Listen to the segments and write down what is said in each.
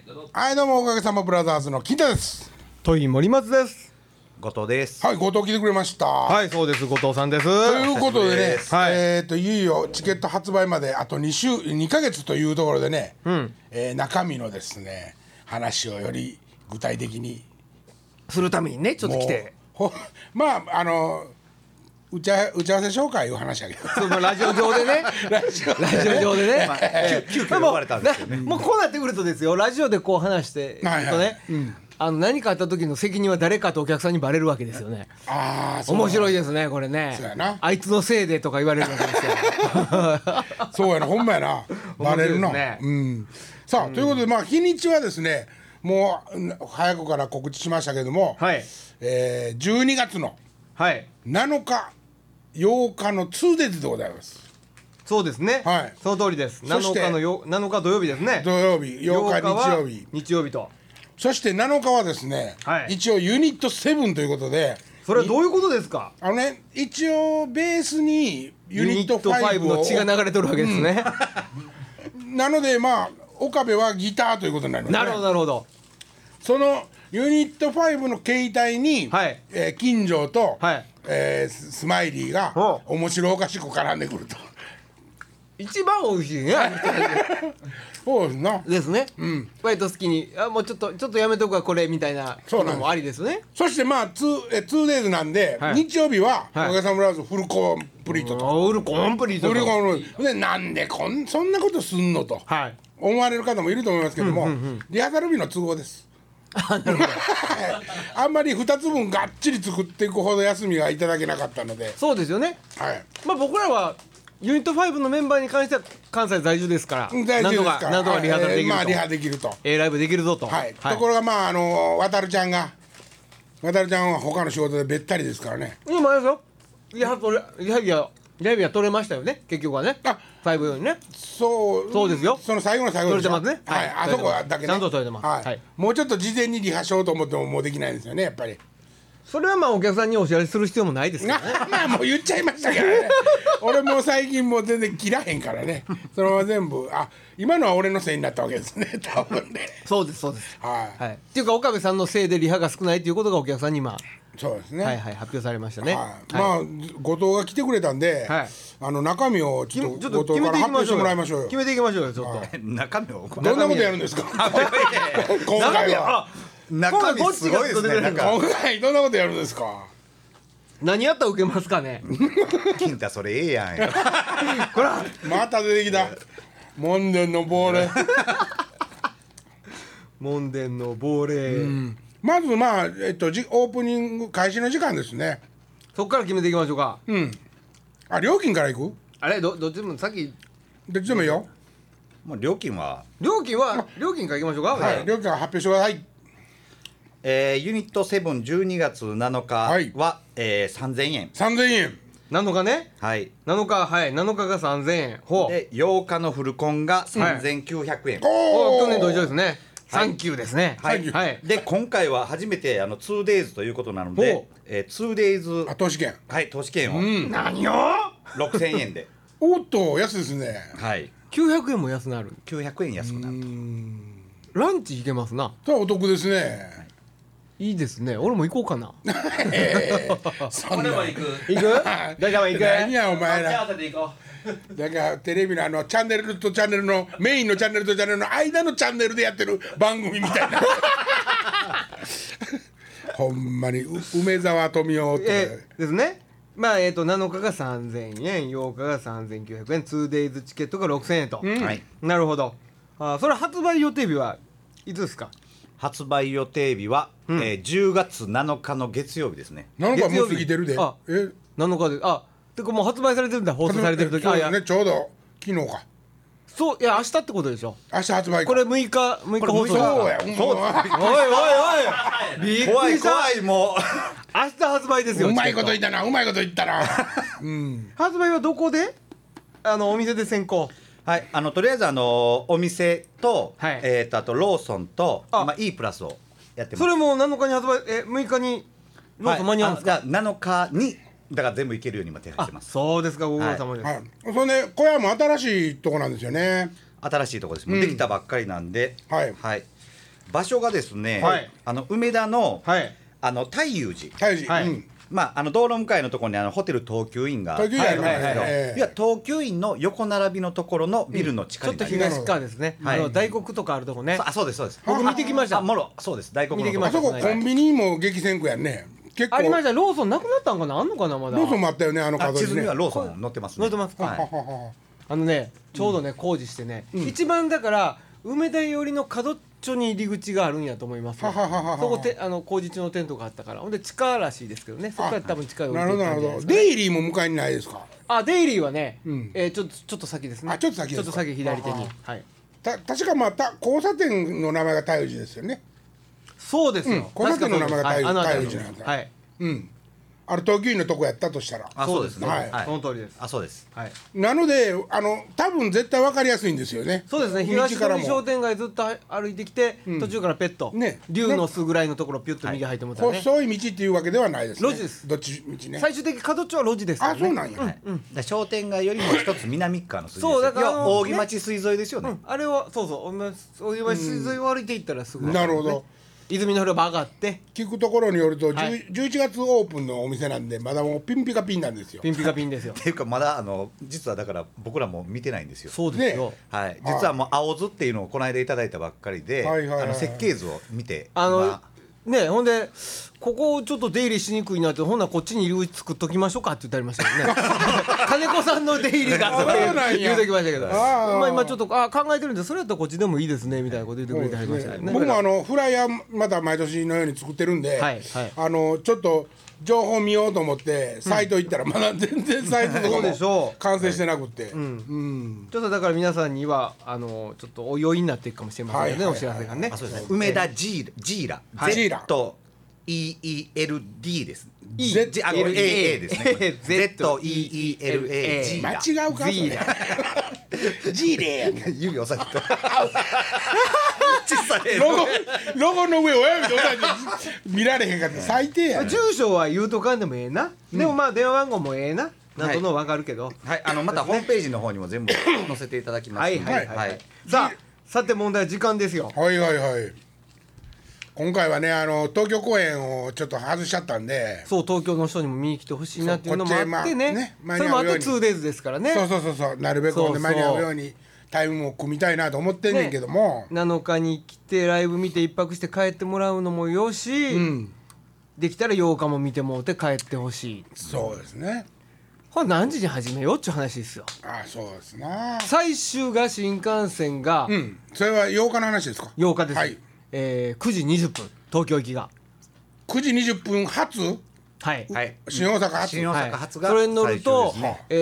はい、どうもおかげさまブラザーズの金田です。 トイ森松です。 後藤です。 はい、後藤来てくれました。 はい、そうです。後藤さんです。 ということでね、 はいいよいよチケット発売まであと2ヶ月というところでね、中身のですね話をより具体的にするためにね、ちょっと来て。 まあ打ち合わせ紹介いう話やけど、 そのラジオ上でね、ラジオ上でね、 急遽呼ばれたんですよね。 もうこうなってくるとですよ、ラジオでこう話してるとね、何かあった時の責任は誰かとお客さんにバレるわけですよね。面白いですね、これね。 そうやな。 あいつのせいでとか言われるわけですよ。 そうやな、ほんまやな、バレるな。さあ、ということで日にちはですね、もう早くから告知しましたけども、12月の7日8日の 2days でございます。 そうですね、その通りです。7日土曜日ですね。 土曜日、8日日曜日と、 そして7日はですね、一応ユニット7ということで。 それはどういうことですか？ 一応ベースにユニット5 の血が流れてるわけですね。 なので岡部はギターということになりますね。 なるほどなるほど。 そのユニット5の形態に、金城と、スマイリーが面白おかしく絡んでくると。 一番美味しいね。 そうですな。 ですね。割と好きにもうちょっとやめとくわこれみたいなのもありですね。 そして2days なんで、日曜日はおかげさまでフルコンプリートと。 フルコンプリートと。 でなんでそんなことすんのと思われる方もいると思いますけども、リハーサル日の都合です。あんまり2つ分がっちり作っていくほど休みがいただけなかったので。 そうですよね。僕らはユニット5のメンバーに関しては関西在住ですから、 在住ですからなんとかリハーサルできると、 リハできると、 ライブできるぞと。 ところが渡るちゃんは他の仕事でべったりですからね。 今ですよ、リハビは取れましたよね、結局はね。5よりね。そうですよ。 その最後の最後でしょ。 取れてますね。 あそこだけね、 ちゃんと取れてます。 もうちょっと事前にリハしようと思ってももうできないんですよね、やっぱり。 それはお客さんにお知らせする必要もないですからね。 もう言っちゃいましたからね。俺もう最近もう全然切らへんからね。そのまま全部今のは俺のせいになったわけですね、多分ね。 そうです。っていうか岡部さんのせいでリハが少ないということがお客さんにそうですね。 発表されましたね。 後藤が来てくれたんで、中身をちょっと後藤から発表してもらいましょうよ。 決めていきましょうよ、ちょっと。 中身をどんなことやるんですか？今回は。 中身すごいですね。 今回どんなことやるんですか？ 何やったら受けますかね？ 金太それええやん。 ほらまた出てきた門殿の亡霊。 門殿の亡霊。 まずオープニング開始の時間ですね。 そこから決めていきましょうか。 料金からいく？ どっちでもさっき。 どっちでもいいよ。 もう料金からいきましょうか。 料金は発表してください。 ユニット7 12月7日は3000円。 3000円。 7日ね。 7 日が3000円。 で8日のフルコンが3900円。 去年と一緒ですね。サンキューですね。 で今回は初めて2days ということなので 2days 投資券投資券を何を 6000円で。 おっと安いですね。 900円も安なる。 900円安くなる。 ランチ行けますな。 それはお得ですね。 いいですね。俺も行こうかな。 そんな行く？大丈夫行く？ 何やお前ら。だからテレビのチャンネルとチャンネルのメインのチャンネルとチャンネルの間のチャンネルでやってる番組みたいな。ほんまに梅沢富美男ですね。7日が3000円、8日が3900円、2days チケットが6000円と。なるほど。それ発売予定日はいつですか？ 発売予定日は10月7日の月曜日ですね。 7日もう過ぎてるで。 7日でてかもう発売されてるんだ、放送されてる時。 ちょうど昨日か。 そういや明日ってことでしょ。 明日発売。 これ6日放送。 そうや。 おいびっくりした。 怖いもう。 明日発売ですよ。 うまいこと言ったな。 発売はどこで？お店で先行。 とりあえずお店とあとローソンとEプラスをやってます。 それも7日に発売6日にローソン間に合うんですか ？7日にだから全部いけるように今手配してます。 そうですか、ご苦労様です。 それで小屋も新しいとこなんですよね。 新しいとこです。もうできたばっかりなんで。 場所がですね、梅田の太遊寺、道路向かいのところにホテル東急院があるんですけど、いや東急院の横並びのところのビルの地下にちょっと東側ですね。大黒とかあるとこね。 そうですそうです。 僕見てきました。 そうです。大黒の。あそこコンビニも激戦区やんね。 結構ありました。ローソンなくなったんかな、あんのかなまだ。 ローソンもあったよね、 地図にはローソン載ってますね。 載ってますか。ちょうどね工事してね、一番だから梅田寄りの角っちょに入り口があるんやと思います。そこ工事中のテントがあったから、ほんで地下らしいですけどね。そこから多分地下に降りていったんじゃないですかね。 デイリーも向かいにないですか。 デイリーはね、ちょっと先ですね。 ちょっと先ですか。 ちょっと先左手に。 確か交差点の名前が太陽寺ですよね。 そうですよ。 交差点の名前が太陽寺なんだ。はい。東急院のとこやったとしたら。 そうですね。 その通りです。 そうです。 なので多分絶対分かりやすいんですよね。 そうですね。東上商店街ずっと歩いてきて、途中からペット竜の巣ぐらいのところピュッと右入ってもらったね。 細い道っていうわけではないですね。 路地です。 どっち道ね。 最終的に角っちょは路地ですからね。 そうなんや。 商店街よりも一つ南側の筋です。 そうだから大木町水沿いですよね。 あれはそう大木町水沿いを歩いていったらすぐ。 なるほど。 泉の広場上がって聞くところによると、11月オープンのお店なんでまだもうピンピカピンなんですよ。 ピンピカピンですよ。 っていうかまだ実はだから僕らも見てないんですよ。 そうですよ。 実はもう青図っていうのをこの間いただいたばっかりで、設計図を見てほんでここちょっと出入りしにくいなって、ほんならこっちに入り口作っときましょうかって言ってありましたけどね。金子さんの出入りがって言うときましたけど、今ちょっと考えてるんで、それやったらこっちでもいいですねみたいなこと言ってくれてありましたけどね。 僕もフライヤーまた毎年のように作ってるんで、ちょっと情報見ようと思ってサイト行ったらまだ全然サイトとかも完成してなくて、ちょっとだから皆さんにはちょっとお酔いになっていくかもしれませんよね、お知らせがね。 梅田ジーラ ZEELD です。ZEELA ですね。ZEELA 間違うかそれ。ジーレー指押さえてロゴの上を親指で押さえて見られへんかった最低や。 住所は言うとかんでもええな。でも電話番号もええな。なんとの分かるけど。 またホームページの方にも全部載せていただきます。 さて問題は時間ですよ。 今回はね東京公演をちょっと外しちゃったんで、 そう東京の人にも見に来てほしいなっていうのもあってね。それもあと 2days ですからね。 そうなるべく間に合うようにタイムも組みたいなと思ってんねんけども、 7日に来てライブ見て1泊して帰ってもらうのもよし、できたら8日も見てもらって帰ってほしい。 そうですね。 これ何時に始めようっていう話ですよ。 そうですな。 最終が新幹線が、 それは8日の話ですか。 8日です。9時20分東京行きが 9時20分発。新大阪発がそれに乗ると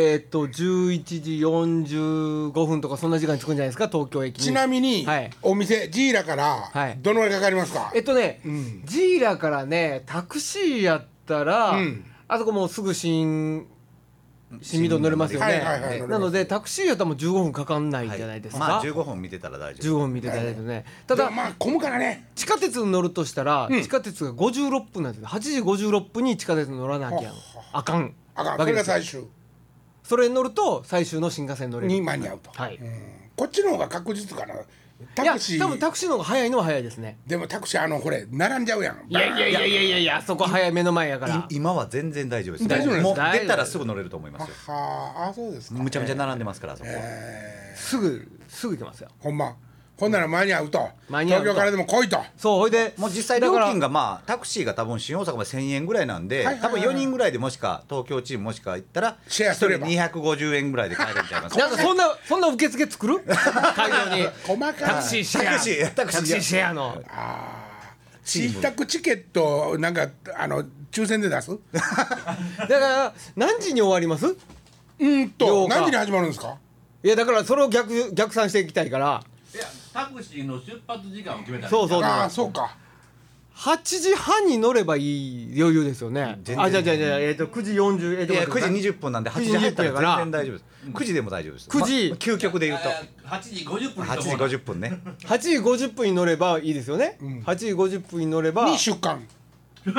11時45分とかそんな時間に着くんじゃないですか、東京駅に。 ちなみにお店ジーラからどのぐらいかかりますか。 ジーラからねタクシーやったらあそこもうすぐ新緑乗れますよね。なのでタクシーやったらもう15分かかんないじゃないですか。 15分見てたら大丈夫。 15分見てたら大丈夫ね。ただ混むからね。 地下鉄に乗るとしたら地下鉄が56分なんですよ。8時56分に地下鉄に乗らなきゃあかん。 それが最終。 それに乗ると最終の新幹線に乗れる。 に間に合うと。こっちの方が確実かな。 タクシー多分タクシーの方が早いのは早いですね。 でもタクシーこれ並んじゃうやん。 いやそこ早い目の前やから。 今は全然大丈夫です。 大丈夫です。 もう出たらすぐ乗れると思いますよ。 そうですか。 むちゃむちゃ並んでますからそこ。 すぐ行きますよ。 ほんなら間に合うと。東京からでも来いと。 そうほいでもう実際料金がタクシーが多分新大阪まで1000円ぐらいなんで、多分4人ぐらいでもしか東京チームもしか行ったらシェアすれば 250円ぐらいで買えるんちゃいますか。 なんかそんな受付作る会場にタクシーシェアタクシーシェアの新宅チケットなんか抽選で出す。 だから何時に終わります？ 何時に始まるんですか。 いやだからそれを逆算していきたいから。 いやタクシーの出発時間を決めた。 そうそうか。 8時半に乗ればいい余裕ですよね。じゃあ9時40 9時20分なんで8時入ったら全然大丈夫です。9時でも大丈夫です。 9時究極で言うと 8時50分。 8時50分ね。 8時50分に乗ればいいですよね。8時50分に乗れば出館パ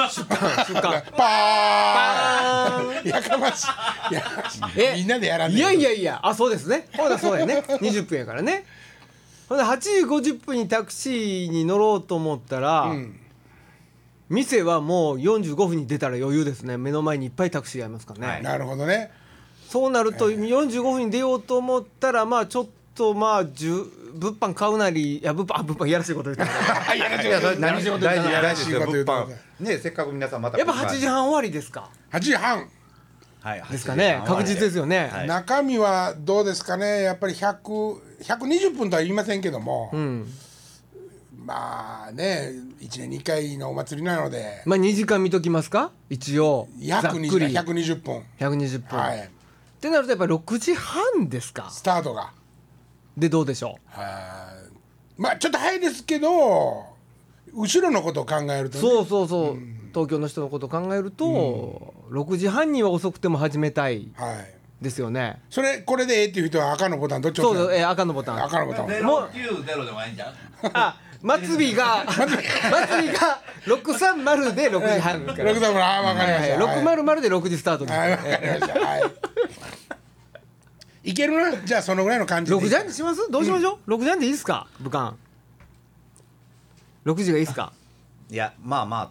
ーンやかましい。みんなでやらんで。 いやそうですね。そうやね。20分やからね。 ほんで8時50分にタクシーに乗ろうと思ったら、店はもう45分に出たら余裕ですね。目の前にいっぱいタクシーありますからね。 なるほどね。 そうなると45分に出ようと思ったらまあちょっと物販買うなり、いや物販いやらしいこと言ってた。 いやらしいこと言ってた。 大事ですよ物販ね。せっかく皆さんまたやっぱ8時半終わりですか。 8時半ですかね。確実ですよね。 中身はどうですかね。やっぱり120分とは言いませんけども、まあね1年に1回のお祭りなので、 まあ2時間見ときますか一応。 約120分。 120分。 はい。 ってなるとやっぱり6時半ですか。 スタートが。 でどうでしょう。まあちょっと早いですけど、後ろのことを考えるとね。 そう、東京の人のことを考えると、6時半には遅くても始めたいですよね。 これでええっていう人は赤のボタンどっちを押す？そう、赤のボタン。 090でもいいんじゃん。 末尾が630で6時半から 630、わかりました。 600で6時スタートです。 わかりました。いけるな。じゃあそのぐらいの感じで 6時半にします？どうしましょう。6時半でいいですか武漢。6時がいいですか。 いやまあ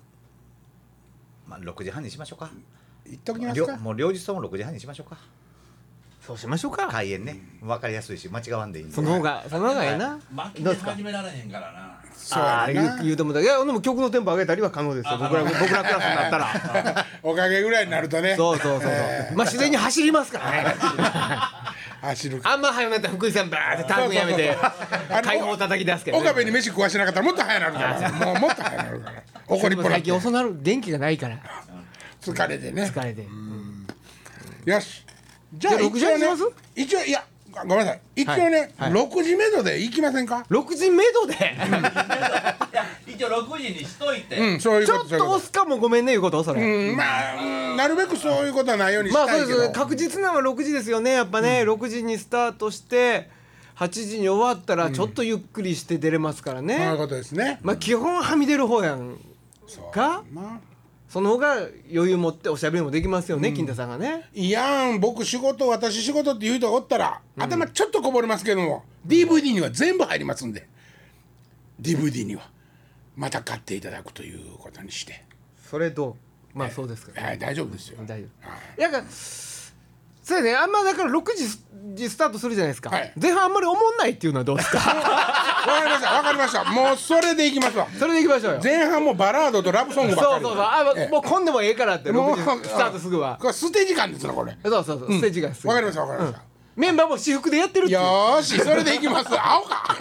6時半にしましょうか。 言っときますか。 もう両日とも6時半にしましょうか。 そうしましょうか。 開演ね。分かりやすいし間違わんでいいんで。 その方がええな。 巻きで始められへんからな。 言うてもいやでも曲のテンポ上げたりは可能ですよ。僕らクラスになったらおかげぐらいになるとね。 そうまあ自然に走りますからね。 走る。 あんま早くなったら福井さんバーってターンやめて開放叩き出すけど、 岡部に飯食わしてなかったらもっと早なるから。もっと早なるから。怒りっぽ最近遅なる電気がないから疲れてね。よし。じゃあ 6時半にします？ 一応いやごめんなさい。一応ね6時めどで行きませんか ？6時めどで一応6時にしといて。 ちょっと押すかもごめんねいうことそれ。 まあなるべくそういうことはないようにしたいけど。 まあそうです。確実なのは6時ですよね。やっぱね6時にスタートして8時に終わったらちょっとゆっくりして出れますからね。 そういうことですね。 まあ基本はみ出る方やんか。その方が余裕持っておしゃべりもできますよね、金田さんがね。 いやん、私仕事っていう人がおったら、頭ちょっとこぼれますけども DVD には全部入りますんで、 DVD にはまた買っていただくということにして。 それどう？まあそうですか、 ね。大丈夫ですよ。 大丈夫。いやそうやね。あんまだから6時スタートするじゃないですか、前半あんまり思んないっていうのはどうですか？ わかりました。もうそれでいきますわ。 それでいきましょうよ。 前半もバラードとラブソングばっかり。 そうもうこんでもええからって6時スタートすぐは。 これステージ感ですなこれ。 そうステージ感です。 わかりました。 メンバーも私服でやってるって。 よーし、それでいきます。青か。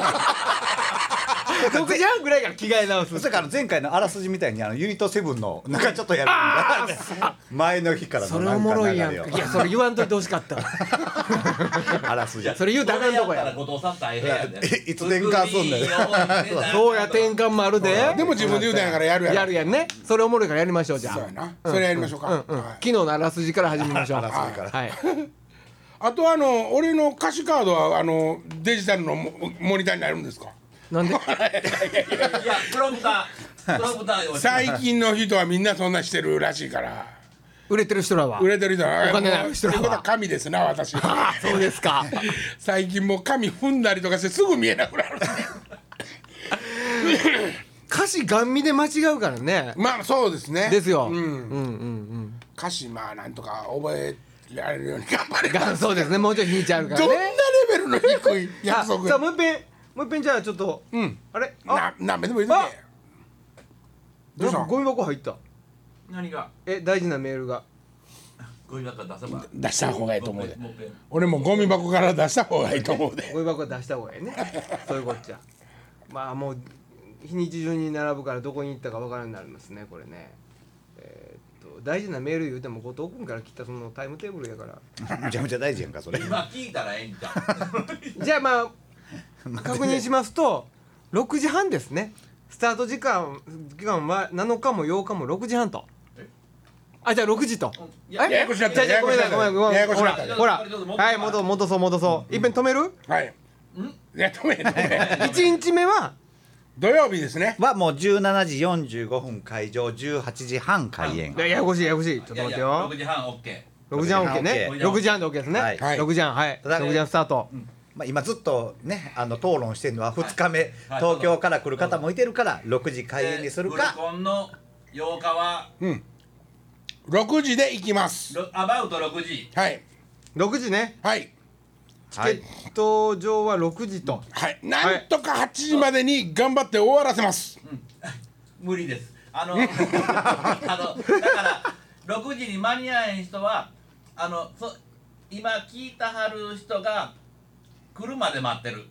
6時半ぐらいから着替え直す。 それから前回のあらすじみたいにユニット7のなんかちょっとやる前の日からのそれおもろいやん。いやそれ言わんといてほしかった。 あらすじ。 それ言うたらあかんとこや。 いつ転換すんねん。 そうや転換もあるで。 でも自分で言うたんやからやるやん。 やるやんね。それおもろいからやりましょうじゃあ。 そうやな。それやりましょうか。 昨日のあらすじから始めましょう。はい。 あと俺の歌詞カードはデジタルのモニターになるんですか？ なんで？いやプロンプター最近の人はみんなそんなしてるらしいから。 売れてる人らは。 売れてる人はお金ない人らは。 神ですな私。 そうですか。 最近もう紙踏んだりとかしてすぐ見えなくなる。 歌詞ガン見で間違うからね。 まあそうですね。 ですよ。 歌詞まあなんとか覚えられるように頑張れ。 そうですね。もうちょい引いちゃうからね。 どんなレベルの低い約束。 さあもう一遍じゃあちょっと。あれ？ 何べでもいいですね。 どうした？ゴミ箱入った。 何が？ 大事なメールが。 ゴミ箱出した方がいいと思うで。俺もゴミ箱から出した方がいいと思うで。 ゴミ箱出した方がいいね。そういうこっちゃ。まあもう日にち順に並ぶからどこに行ったかわからんようになりますねこれね。大事なメール言うても後藤君から来たそのタイムテーブルやからめちゃめちゃ大事やんかそれ。 今聞いたらええんちゃう。 じゃあまあ確認しますと6時半ですね。スタート時間は7日も8日も6時半と。じゃあ6時と。 ややこしなった。 ごめんなさいごめん。ほらはい戻そう。いっぺん止める？ はい。いや止め。 1日目は土曜日ですね。 はもう17時45分開場、18時半開演。 ややこしいちょっと待ってよ。 6時半 OK。 6時半 OK ね。6時半で OK ですね。6時半はい。6時半スタート。 今ずっとね討論してるのは2日目、東京から来る方もいてるから6時開演にするか。 フルコンの8日は 6時で行きます。 アバウト6時。 はい。 6時ね。 はい。 チケット上は6時と。 はい。なんとか8時までに頑張って終わらせます。 無理です。だから6時に間に合えん人は今聞いたはる人が来るまで待ってる。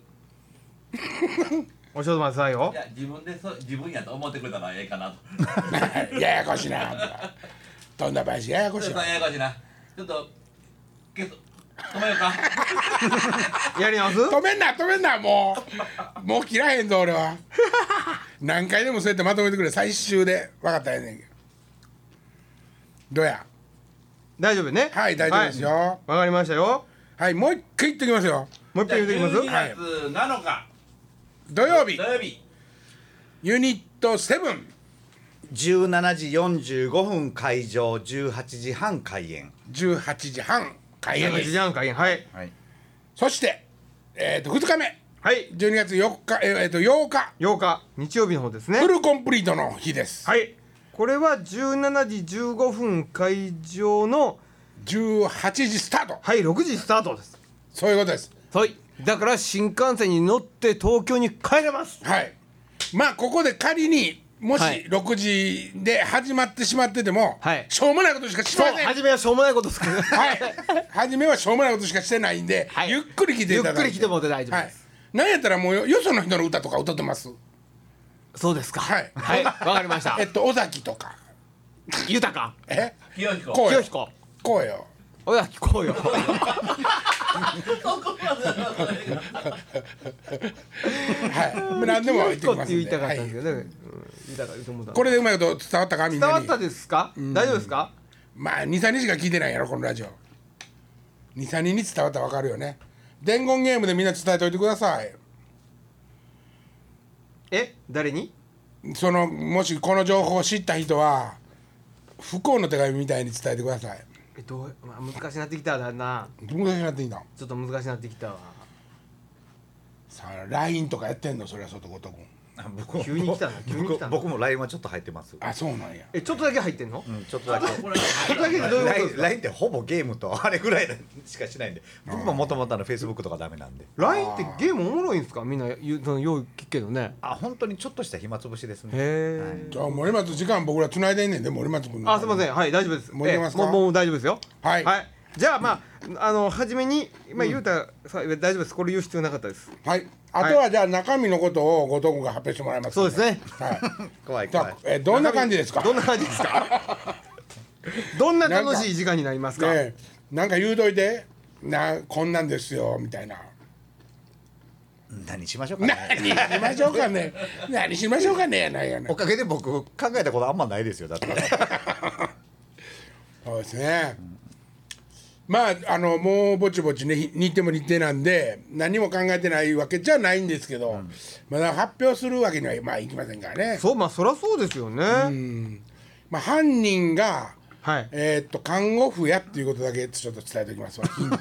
おちょっと待ってくださいよ。 いや自分やと思ってくれたらええかなと。ややこしいな。どんな林ややこしいな。 ややこしいな。ちょっと止めようか。 やり直す？ 止めんなもう切らへんぞ俺は。何回でもそうやってまとめてくれ。最終で分かったらええねんけど。どうや。 大丈夫ね。 はい大丈夫ですよ。 わかりましたよ。 はい、もう一回言ってきますよ。 もう一回言ってきます。 12月7日土曜日ユニット7。 17時45分会場、18時半開演。 18時半開演です。 18時半開演。はい。 そして2日目。 はい。 12月4日 8日日曜日の方ですね。 フルコンプリートの日です。 はい。これは17時15分会場の 18時スタート。 はい、6時スタートです。 そういうことです。 はい。だから新幹線に乗って東京に帰れます。 はい。まあここで仮にもし6時で始まってしまってても、はい、しょうもないことしかしません。 そう、初めはしょうもないことですけど、 はい。初めはしょうもないことしかしてないんで、はい、ゆっくり来ていただいて。 ゆっくり来てもらって大丈夫です。 はい、なんやったらもうよその人の歌とか歌ってます。 そうですか。 はい。 はい。わかりました。 尾崎とか。 豊か。 清彦。 清彦。 こうよ。 おや聞こうよ。 はい。何でも言ってきますんで。 言いたかったんですけどね。 これでうまいこと伝わったかみんなに。 伝わったですか？大丈夫ですか？ まあ2、3人しか聞いてないやろこのラジオ。2、3人に伝わったらわかるよね。伝言ゲームでみんな伝えておいてください。 誰に？ もしこの情報を知った人は不幸の手紙みたいに伝えてください。 難しなってきたわな。 難しなってきた。 ちょっと難しなってきたわ。 さあ LINE とかやってんのそれは外ごとくん。 急に来たな。 僕も LINE はちょっと入ってます。 あ、そうなんや。 ちょっとだけ入ってんの？ ちょっとだけ。ちょっとだけどういうことですか？ LINE ってほぼゲームとあれぐらいしかしないんで、僕ももともとFacebook とかダメなんで。 LINE ってゲームおもろいんですか？みんなよう聞くけどね。 本当にちょっとした暇つぶしですね。 じゃあ森松時間僕ら繋いでんねんで森松君。 すみません。はい、大丈夫です。 もういけますか？ もう大丈夫ですよ。 はい。 じゃあ初めに言うた大丈夫です。これ言う必要なかったです。 はい。あとはじゃあ中身のことを後藤君が発表してもらいます。 そうですね。 はい。 怖い。 どんな感じですか？ どんな楽しい時間になりますか？ なんか言うといて。こんなんですよみたいな。 何しましょうかね。 何しましょうかね。 おかげで僕考えたことあんまないですよ。だって。 そうですね。まあもうぼちぼちね日程も日程なんで何も考えてないわけじゃないんですけど、まだ発表するわけにはいきませんからね。 そりゃそうですよね。 犯人が看護婦やっていうことだけちょっと伝えておきますわ。ヒント。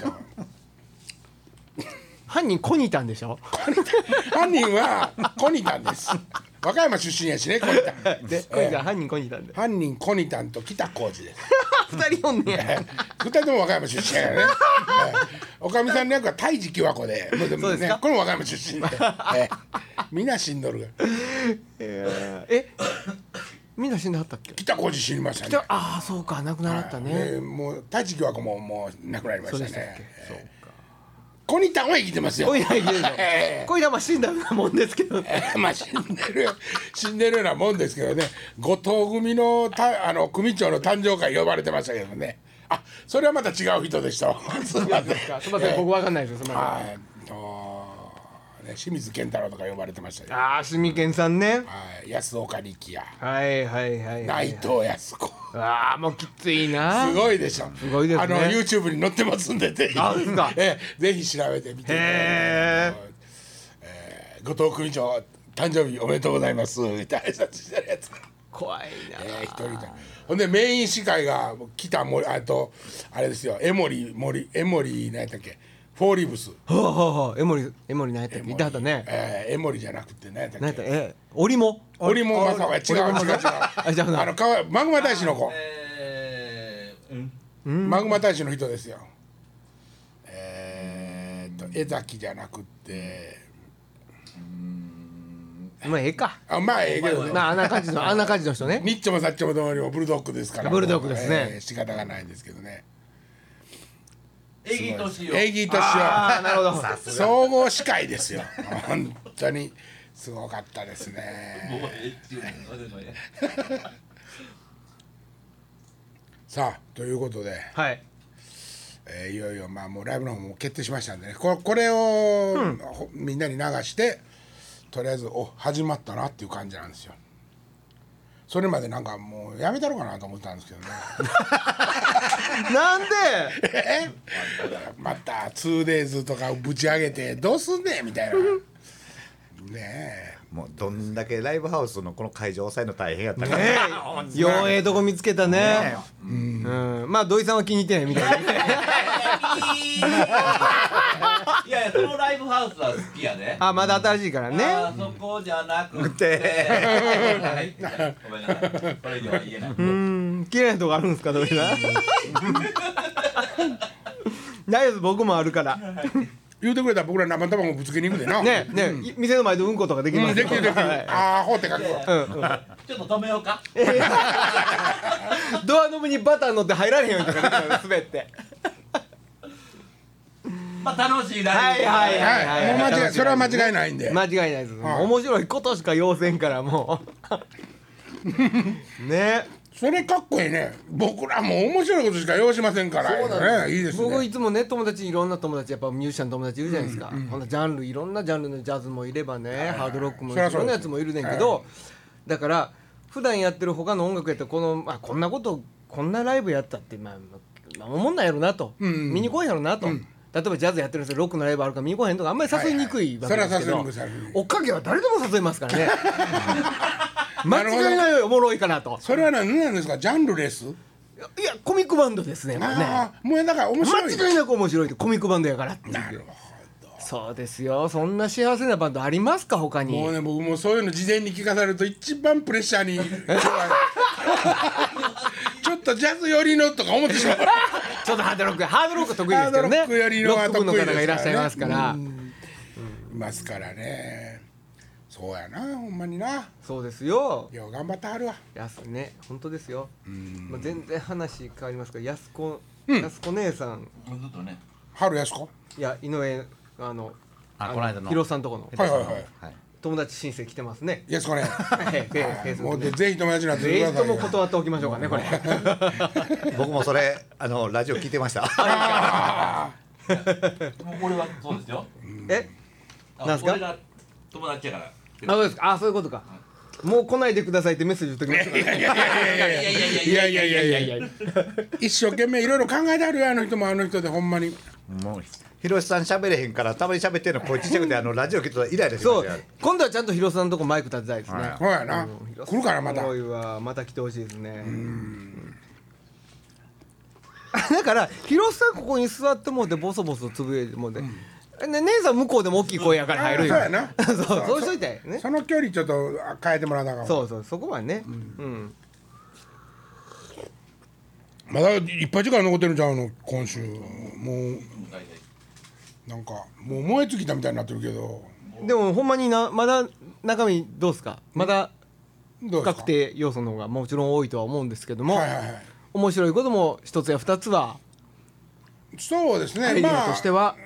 犯人コニタンでしょ？ 犯人はコニタンです。和歌山出身やしね、コニタンで、 犯人コニタンで。 犯人コニタンと北浩二です。 2人おんねや。 2人とも和歌山出身やからね。おかみさんの役は太地清和子で、 そうですか。 これも和歌山出身で、みんな死んどる。 みんな死んではったっけ？ 北浩二死にましたね。 ああ、そうか、亡くなったね。 もう太地清和子ももう亡くなりましたね。 そうか。 コニタンは生きてますよ。 コニタンは死んだようなもんですけどね。 まあ死んでるようなもんですけどね。後藤組の組長の誕生会呼ばれてましたけどね。あ、それはまた違う人でした。 すみません、僕わかんないです。 清水健太郎とか呼ばれてましたよ。 清水健さんね。 安岡力也。 内藤康子。 もうきついな。 すごいでしょ。 すごいですね。 YouTube に載ってますんでぜひ調べてみて。後藤組長誕生日おめでとうございますみたいな挨拶してるやつ。 怖いな。 一人で。ほんでメイン司会が来たあとあれですよ。江森何やったっけ。 フォーリーブス。 エモリ何やったっけ、いたはったね。 エモリじゃなくてね。 何やった織もまさか違う。マグマ大使の子。マグマ大使の人ですよ。江崎じゃなくて。 まあええか。 まあええけどね。 あんな感じの人ね。 ニッチもサッチもどうにもブルドッグですから。 ブルドッグですね。 仕方がないんですけどね。 エギトシオ。 ああ、なるほど。 総合司会ですよ。本当にすごかったですね。さあということで、 はい。 いよいよまあもうライブの方も決定しましたんでね。これを、みんなに流してとりあえず始まったなっていう感じなんですよ。それまでなんかもうやめたろうかなと思ったんですけどね。 なんでまた 2days とかぶち上げてどうすんねんみたいなねえ、もうどんだけライブハウスのこの会場抑えるの大変やったかねえ、ようええとこ見つけたね。まあ土井さんは気に入ってないみたいな。 いやそのライブハウスは好きやね。 まだ新しいからね。 そこじゃなくてごめんなさい、これ以上は言えない。 綺麗なとこあるんですか、土井さん。大丈夫、僕もあるから。 言うてくれたら僕ら生卵ぶつけに行くでな。 ね店の前でうんことかできます。 できる。ほうって書く。 ちょっと止めようか。 ドアノブにバター乗って入られへんようにとか滑って。 まあ楽しいライブ。 もうそれは間違いないんで。 間違いないです。面白いことしか要せんからもう。ね。 それかっこいいね。僕らも面白いことしか要しませんからね。いいですね。 僕いつもね、友達いろんな友達、やっぱミュージシャンの友達いるじゃないですか。ほんなジャンルいろんなジャンルのジャズもいればね、ハードロックもいろんなやつもいるねんけど、だから普段やってる他の音楽やったらこんなライブやったって思んないやろなと、見に来いやろなと。例えばジャズやってるんですよ、ロックのライブあるから見に来へんとかあんまり誘いにくいわけですけど、おかげは誰でも誘いますからね。間違いないよ、おもろいかなと。 それは何なんですか、ジャンルレス？ いや、コミックバンドですね。もうだから面白い。 間違いなく面白いって、コミックバンドやからっていう。なるほど。そうですよ。そんな幸せなバンドありますか、他に。 もうね、僕もそういうの事前に聞かされると一番プレッシャーにちょっとジャズ寄りのとか思ってしまう。 ちょっとハードロック得意ですけどね。 ハードロック寄りのは得意ですからね。 ロック部の方がいらっしゃいますから。 いますからね。そうやな、ほんまにな。 そうですよ。 よう頑張ってはるわ。 ね、本当ですよ。全然話変わりますけど、やすこ姉さん。 ずっとね。 春やすこ。 いや、井上この間のヒロさんとこの。友達申請来てますね。 やすこね。もうぜひ友達になってください。ぜひとも断っておきましょうかね、これ。 僕もそれラジオ聞いてました。 もうこれはそうですよ。 なんすか。 俺が友達やから。 そうですか。そういうことか。もう来ないでくださいってメッセージ言っときました。 いや一生懸命いろいろ考えてあるよ、あの人もあの人でほんまに。 もう広瀬さん喋れへんからたまに喋ってるの声ちっちゃくてラジオ聞いたらイライラしますよ。 今度はちゃんと広瀬さんのとこマイク立てたいですね。 そうやな。来るからまた。 また来てほしいですね。だから広瀬さんここに座ってもうてボソボソつぶやいてもうて。姉さん向こうでも大きい声やから入るよ。 そうやな。 そうしといてね。 その距離ちょっと変えてもらうだから。 そうそこはね。 まだいっぱい時間残ってるんちゃうの、今週。もうなんかもう燃え尽きたみたいになってるけど。 でもほんまにまだ中身どうですか。まだ不確定要素の方がもちろん多いとは思うんですけども、面白いことも一つや二つは。 そうですね。 アイデアとしては。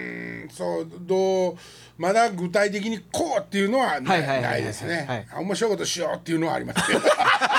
まだ具体的にこうっていうのはないですね。面白いことしようっていうのはありますけど。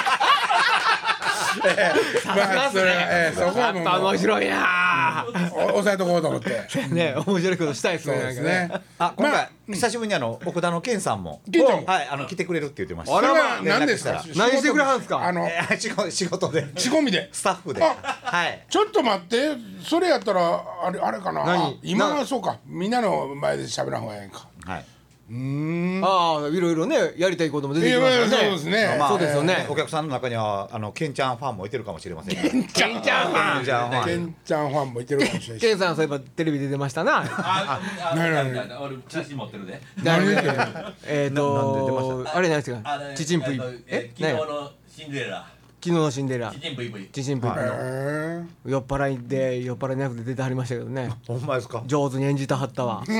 まあそれそこはもう面白いな。 抑えとこうと思って。 ね、面白いことしたいですね。 今回久しぶりに奥田の健さんも来てくれるって言ってました。 それは何ですか。 何してくれはんですか。 仕事で。 仕込みで。 スタッフで。 ちょっと待って、それやったらあれかな。今はそうか、みんなの前で喋らん方がいいんか。 ああいろいろねやりたいことも出てきますからね。 そうですね。 そうですよね。 お客さんの中にはケンちゃんファンもいてるかもしれません。 ケンちゃんファンもいてるかもしれない。 ケンさんそういえばテレビ出てましたな。 俺写真持ってるで。 何で出ました？あれ何ですか？チチンプイ。 昨日のシンデレラ。 昨日のシンデレラ。 チチンプイプイ。 チチンプイプイの酔っ払いなくて出てはりましたけどね。 ほんまですか？ 上手に演じたはったわ。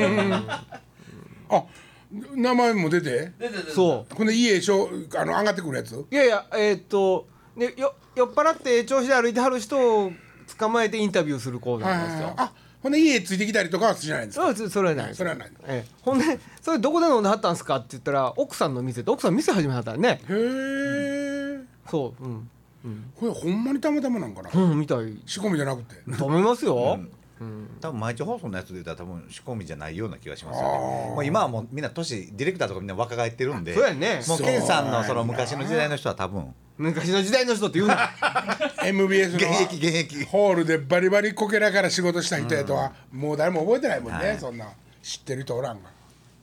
あ、名前も出て？ そう。 この家上がってくるやつ？ いやいやね酔っ払って調子で歩いてはる人を捕まえてインタビューするコーナーなんですよ。 あ、ほんで家ついてきたりとかはしないんですか？ それはない。 それはない。 ほんでそれどこで飲んではったんすかって言ったら奥さんの店で奥さん店始めはったんね。 へえ。 そう。 これほんまにたまたまなんかな。 みたい。 仕込みじゃなくて。 と思いますよ。 多分毎日放送のやつで言ったら多分仕込みじゃないような気がしますよね。もう今はもうみんな年ディレクターとかみんな若返ってるんで。 そうやね。 もうケンさんのその昔の時代の人は多分。 昔の時代の人って言うな。 MBS の現役ホールでバリバリこけながら仕事した人やとはもう誰も覚えてないもんね。そんな知ってる人おらんが。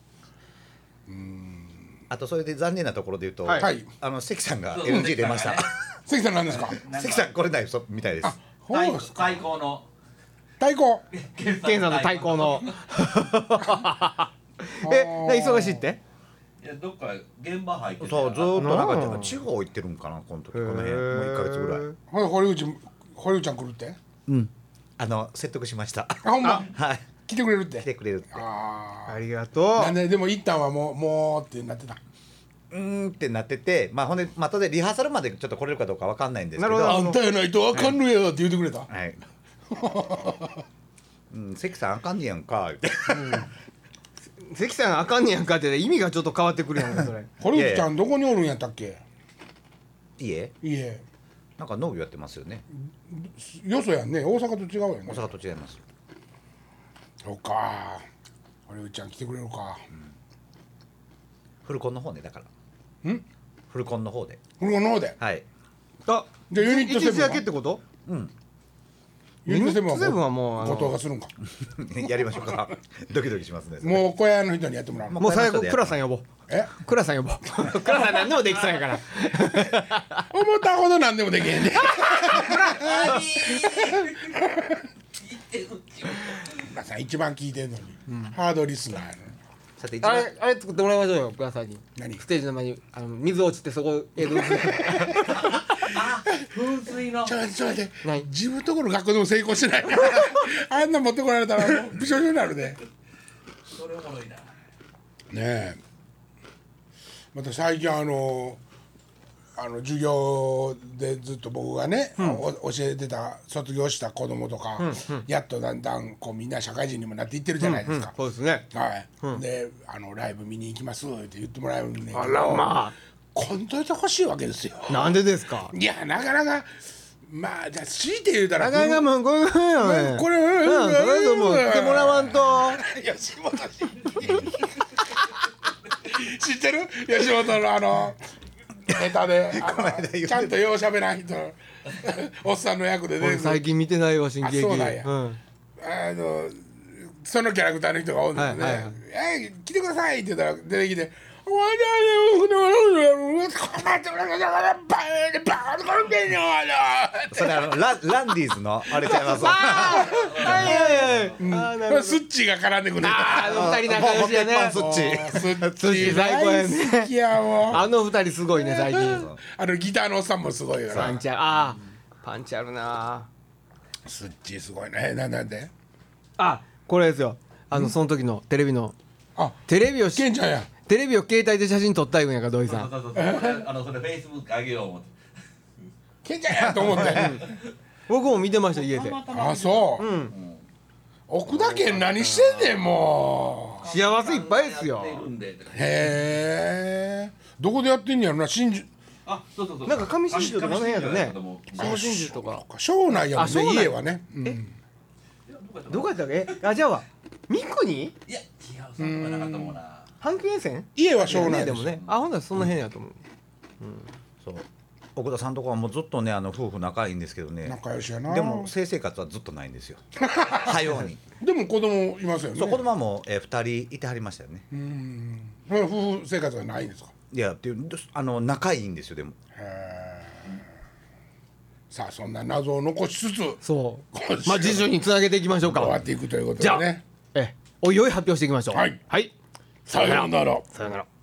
あとそれで残念なところで言うと、関さんが NG 出ました。 関さんなんですか？ 関さんこれないみたいです。 対抗の。 対抗。 ケンさんの対抗の。忙しいって？ いやどっか現場入って。 そうずっとなんか地方行ってるんかなこの時この辺もう1ヶ月ぐらい。 堀内ちゃん来るって？ 説得しました。 あ、ほんま。 はい。 来てくれるって。 来てくれるって。 ありがとう。 なんででも一旦はもうってなってた。 ってなってて、まあほんでまたでリハーサルまでちょっと来れるかどうかわかんないんですけど。 あんたやないとあかんのやって言ってくれた。 はい。関さんあかんねやんかって。 関さんあかんねやんかって意味がちょっと変わってくるやんかそれ。 堀内ちゃんどこにおるんやったっけ？ 家なんか農業やってますよね。 よそやんね。大阪と違うやんね。 大阪と違います。 そうか。堀内ちゃん来てくれるか。 フルコンの方ねだから。フルコンの方で。 フルコンの方で。 はい。 あ、じゃあユニットセブンは。 1日だけってこと？ ユニットセブンはもう後藤がするんか。 やりましょうか。ドキドキしますね。 もう小屋の人にやってもらう。 もう最後倉さん呼ぼう。倉さん呼ぼう。倉さん何でもできそうやから。 思ったほど何でもできへんで。倉さん一番聞いてんのに。ハードリスナーやの。 あれ作ってもらいましょうよ倉さんに。ステージの前に水落ちてそこ映像。 噴水の。 ちょっと待って。自分とこの学校でも成功してない。あんな持ってこられたらもうびしょびしょになるで。 それおもろいな。 ねえ。また最近授業でずっと僕がね、教えてた卒業した子供とか、やっとだんだんこうみんな社会人にもなっていってるじゃないですか。 そうですね。 はい。でライブ見に行きますって言ってもらえるんで。 あらまあ。 こんといてほしいわけですよ。 なんでですか？ いやなかなかまあじゃあ強いて言うたら。 なかなかもうこれこれもうってもらわんと。 吉本知ってる？吉本のネタでちゃんとようしゃべらん人おっさんの役で出てくる。 最近見てないわ新喜劇。 そうなんや。そのキャラクターの人がおるんですね。来てくださいって言ったら出てきて。 それランディーズのあれちゃいます。 スッチーが絡んでくる。 二人仲良しやね。 スッチ最高やね。 好きやもん。 あの二人すごいね最近。 ギターのおっさんもすごいよな。 パンチあるな。 スッチーすごいね。なんで？ これですよ。その時のテレビのケンちゃんや。 テレビを携帯で写真撮ったいうんやから土井さん。 それフェイスブックあげよう思って。 ケンちゃんやと思って。 僕も見てました家で。 そう。奥田家何してんねんもう。 幸せいっぱいですよ。 へえ。どこでやってんやろな新宿。 そうなんか上新宿とかあの辺やとね。下新宿とか。 庄内やもんね家はね。 どこやったっけ？じゃあ三国？ いや違うそんななかったもんな。 阪急沿線？ 家は庄内でもね。ほんならその辺やと思う。 そう。 奥田さんとこはもうずっとね夫婦仲いいんですけどね。 仲良しやな。 でも性生活はずっとないんですよ。はように。 でも子供いますよね。 そう子供はもう2人いてはりましたよね。 夫婦生活はないんですか。 いやっていう仲いいんですよでも。 さあそんな謎を残しつつ、 そうまあ次週につなげていきましょうか。 終わっていくということでね。 じゃあおいおい発表していきましょう。 はい、 はい、 さようなら。 さようなら。